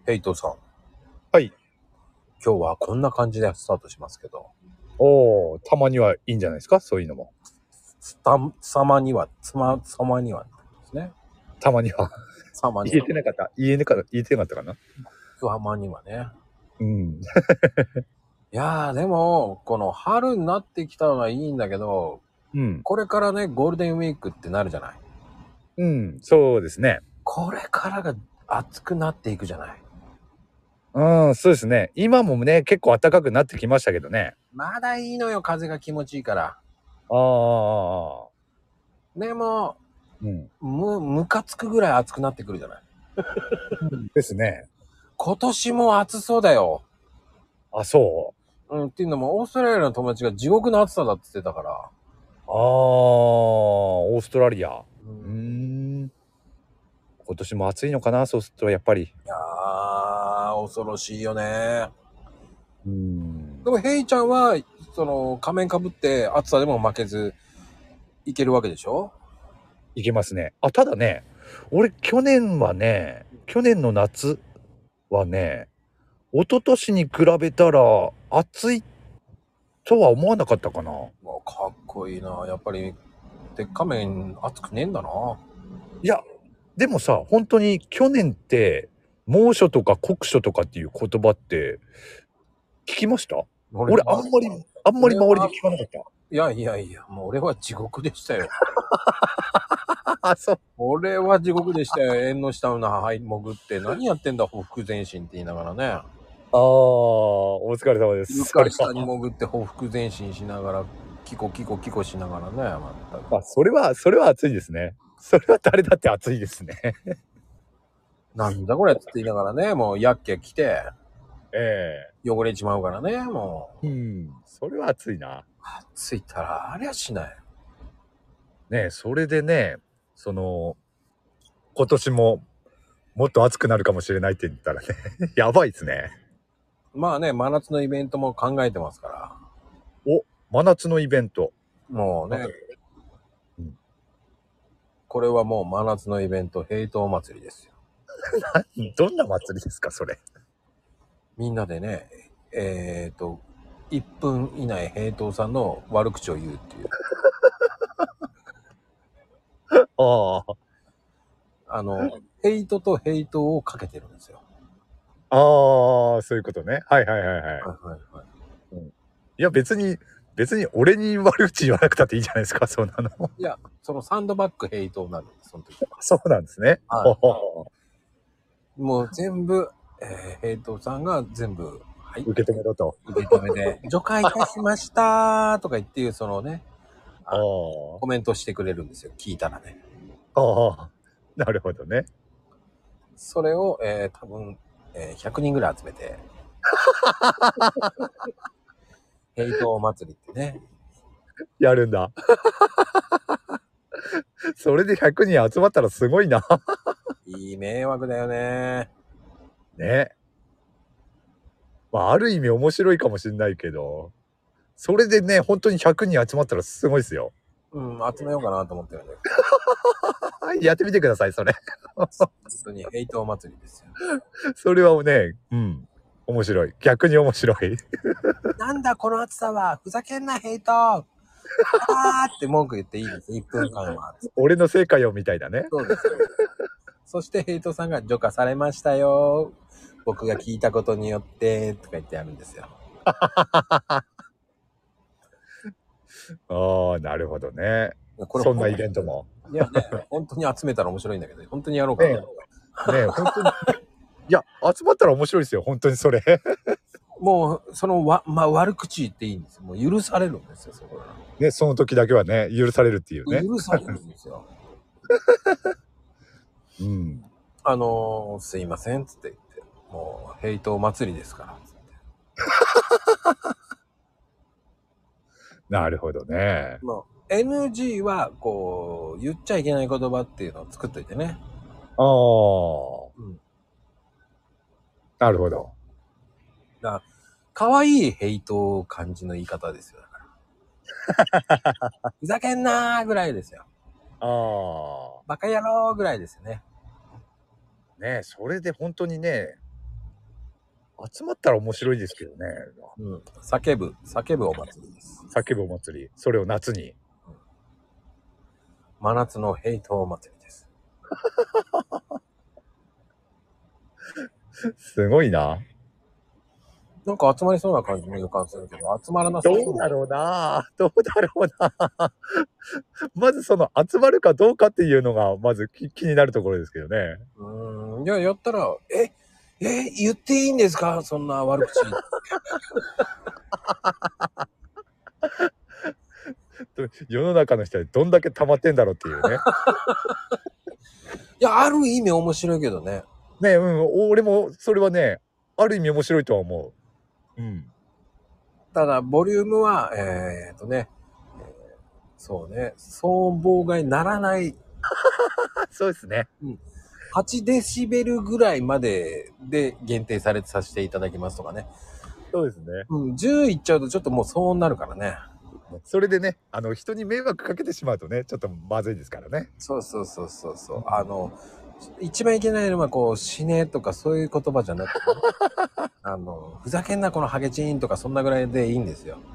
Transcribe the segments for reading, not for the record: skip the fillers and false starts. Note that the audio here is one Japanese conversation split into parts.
ヘイトさん。 はい。 今日はこんな感じでスタートしますけど。 おー、たまにはいいんじゃないですか、そういうのも。 様にはですね。 たまには。 様には。 言えてなかったかな。 様にはね。 うん。 いやー、でも、この春になってきたのはいいんだけど、 うん。 これからね、ゴールデンウィークってなるじゃない。 うん、そうですね。 これからが暑くなっていくじゃない。 うん、そうですね。今もね、結構暖かくなってきましたけどね。 まだいいのよ、風が気持ちいいから。 ああ、 でも、 うん。 ムカつくぐらい暑くなってくるじゃない。 ですね。 今年も暑そうだよ。 あ、そう。 っていうのも、オーストラリアの友達が地獄の暑さだって言ってたから。 ああ、オーストラリア。 う今年も暑いのかな、そうするとやっぱり。 いやー、恐ろしいよね。 うん。 でも、ヘイちゃんは、仮面かぶって暑さでも負けず、いけるわけでしょ？ いけますね。あ、ただね、俺去年の夏はね、一昨年に比べたら暑いとは思わなかったかな。 もうかっこいいな。やっぱり、鉄仮面暑くねえんだな。 いや、でもさ、本当に去年って猛暑とか酷暑とかっていう言葉って聞きました？俺あんまり周りで聞かなかった。 いやいやいや、もう俺は地獄でしたよ。 あ、そう。 俺は地獄でしたよ。縁の下の潜って、何やってんだ、ほふ前進って言いながらね。 ああ、お疲れ様です。それ床下には。 潜ってほふ前進しながら、キコしながらね、まったく。 あ、それは暑いですね。それは誰だって暑いですね。 なんだこれって言いながらね、もうやっけ来て、 え汚れちまうからね、もう。 うん、それは暑いな。 ついたら、ありゃしない。 ね、それでね、今年ももっと暑くなるかもしれないって言ったらね、やばいですね。 まあね、真夏のイベントも考えてますから。 お、真夏のイベント。 もうね、 うん、 これはもう真夏のイベント、ヘイトお祭りですよ。 どんな祭りですか、それ。 みんなでね、1分以内ヘイトさんの悪口を言うっていう。 ああ。 ヘイトとヘイトをかけてるんですよ。 ああ、そういうことね。はいはいはいはい。 はいはいはい。 うん、いや、別に俺に悪口言わなくたっていいじゃないですか、そんなの。 いや、そのサンドバッグヘイトなんです、その時は。 そうなんですね。 はい。もう全部、ヘイトさんが全部、はい、 受け止めろと。 受け止めて、除回いたしましたとか言っていう、そのね、 あコメントしてくれるんですよ。聞いたらね。 あ、ああ、なるほどね。 それを、多分、100人ぐらい集めて、ヘイト祭りってね。 やるんだ。それで100人集まったらすごいな。 いい迷惑だよね。 ね。まあ、ある意味面白いかもしんないけど、それでね、本当に100人集まったらすごいですよ。 うん、集めようかなと思ってるんだけはい、やってみてください、それ。 ど、本当にヘイト祭りですよ。 それはね、面白い。逆に面白い。 なんだこの暑さは、ふざけんなヘイトあーって文句言っていいです。1分間は。 俺の成果よ、みたいだね。 そうです。そしてヘイトさんが除下されましたよ。僕が聞いたことによって、とか言ってやるんですよ。 ああ、なるほどね。 これそんなイベントも。 いやね、本当に集めたら面白いんだけど、本当にやろうかな。 ねえ、本当に。いや、集まったら面白いですよ、本当にそれ。 もう、悪口言っていいんですよ。もう許されるんですよ、そこら。 ね、その時だけはね、許されるっていうね。 許されるんですよ。 うん。 すいません、つって言って。もう、ヘイト祭りですから、つって。 なるほどね。 もう、NG は、こう、言っちゃいけない言葉っていうのを作っといてね。 ああ、 うん。 なるほど。 だから、可愛いヘイト感じの言い方ですよ。だから。ふざけんなーぐらいですよ。 ああ。 バカ野郎ぐらいですよね。 ね、それで本当にね、 集まったら面白いですけどね。 うん。叫ぶお祭りです。 叫ぶお祭り。それを夏に。 真夏のヘイトお祭りです。 すごいな。 なんか集まりそうな感じの予感するけど、集まらなさそう。 どうだろうな。どうだろうな。まずその集まるかどうかっていうのがまず気になるところですけどね。 いや、やったら、言っていいんですかそんな悪口。 世の中の人はどんだけ溜まってんだろうっていうね。 いや、ある意味面白いけどね。 ね、俺もそれはね、ある意味面白いとは思う。 ただ、ボリュームは、そうね、騒音妨害ならない、 そうですね。 8デシベルぐらいまでで限定させていただきますとかね。 そうですね。 10いっちゃうとちょっともう騒音になるからね。 それでね、人に迷惑かけてしまうとね、ちょっとまずいですからね。 そう。一番いけないのは、こう、死ねとかそういう言葉じゃなくて、ふざけんなこのハゲチーンとかそんなぐらいでいいんですよ。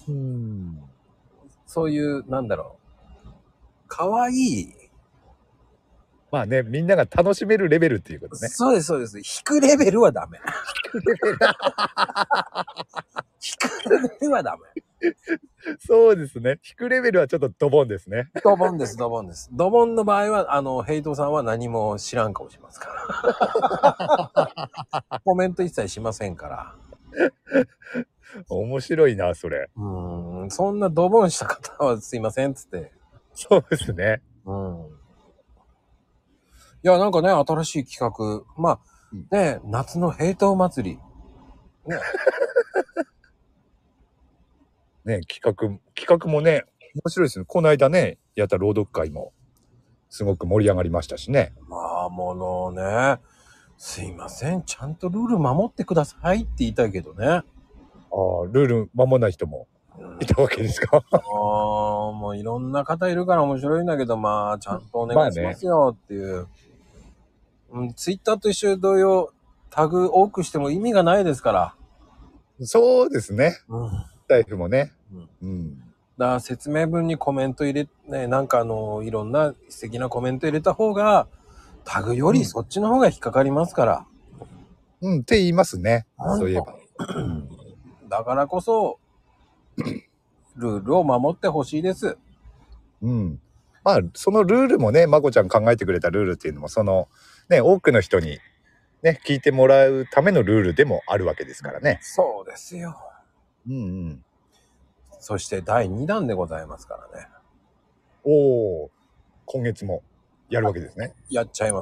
そういう、なんだろう。かわいい。 まあね、みんなが楽しめるレベルっていうことね。 そうです。引くレベルはダメ。引くレベルはダメ。 そうですね。引くレベルはちょっとドボンですね。 ドボンです。ドボンの場合は、ヘイトさんは何も知らん顔しますから。コメント一切しませんから。 面白いな、それ。 そんなドボンした方はすいません、つって。 そうですね。 いや、なんかね、新しい企画。まあ、ね、夏のヘイト祭り。ね。 ね、企画もね、面白いですね。この間ね、やった朗読会も、すごく盛り上がりましたしね。 まあ、ね、すいません、ちゃんとルール守ってくださいって言いたいけどね。 ルール守らない人もいたわけですか。 もういろんな方いるから面白いんだけど、まあ、ちゃんとお願いしますよっていう。ツイッターと一緒同様、タグ多くしても意味がないですから。 そうですね。スタイフもね。 だから説明文にコメント入れ、ね、なんかいろんな素敵なコメント入れた方が、タグよりそっちの方が引っかかりますから。 って言いますね。そういえば。 だからこそ、ルールを守ってほしいです。 まあ、そのルールもね、まこちゃん考えてくれたルールっていうのも、ね、多くの人にね、聞いてもらうためのルールでもあるわけですからね。 そうですよ。そして第2弾でございますからね。 今月もやるわけですね。 やっちゃいます。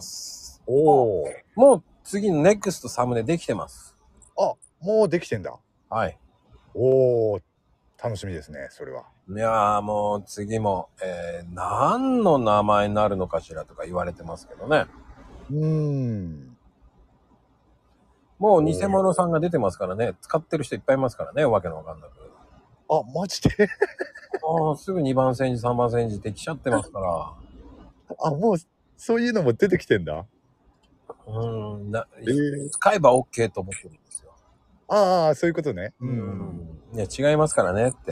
もう次のネクストサムネできてます。 もうできてんだ。 はい。 楽しみですね、それは。 いやーもう次も、何の名前になるのかしらとか言われてますけどね。もう偽物さんが出てますからね。使ってる人いっぱいいますからね。わけのわかんなく。 マジですぐ2番煎じ3番煎じできちゃってますから。 もうそういうのも出てきてんだ。 使えば OK と思ってるんですよ。 そういうことね。 いや、違いますからねって。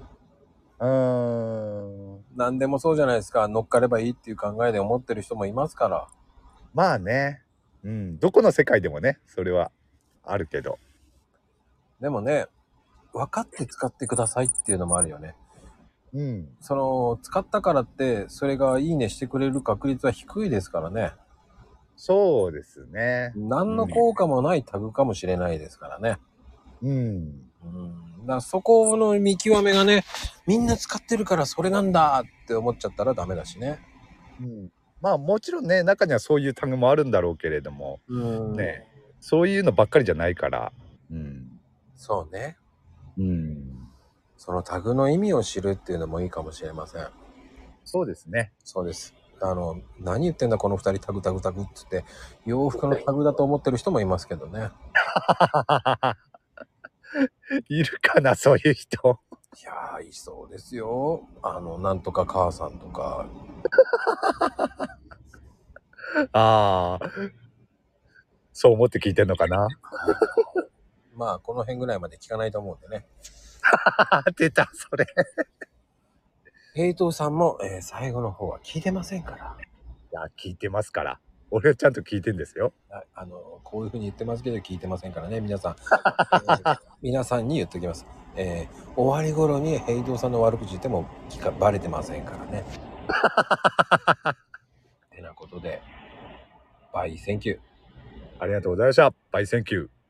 何でもそうじゃないですか。乗っかればいいっていう考えで思ってる人もいますから。 まあね。どこの世界でもね、それはあるけど。 でもね、分かって使ってくださいっていうのもあるよね。使ったからって、それがいいねしてくれる確率は低いですからね。 そうですね。 何の効果もないタグかもしれないですからね。だからそこの見極めがね、みんな使ってるからそれなんだって思っちゃったらダメだしね。 まあもちろんね、中にはそういうタグもあるんだろうけれども、ね、そういうのばっかりじゃないから。 そうね。そのタグの意味を知るっていうのもいいかもしれません。 そうですね。 そうです。何言ってんだこの二人タグタグタグって言って、洋服のタグだと思ってる人もいますけどね。 いるかな、そういう人。 いやー、いそうですよ。なんとか母さんとか。 そう思って聞いてんのかな。 まあ、この辺ぐらいまで聞かないと思うんでね。 出た、それ。 平等さんも、最後の方は聞いてませんから。 いや、聞いてますから。俺はちゃんと聞いてんですよ。 こういう風に言ってますけど聞いてませんからね、皆さん。皆さんに言っておきます。終わり頃に平等さんの悪口言ってもバレてませんからね。てなことで、バイセンキュー。 ありがとうございました。バイセンキュー。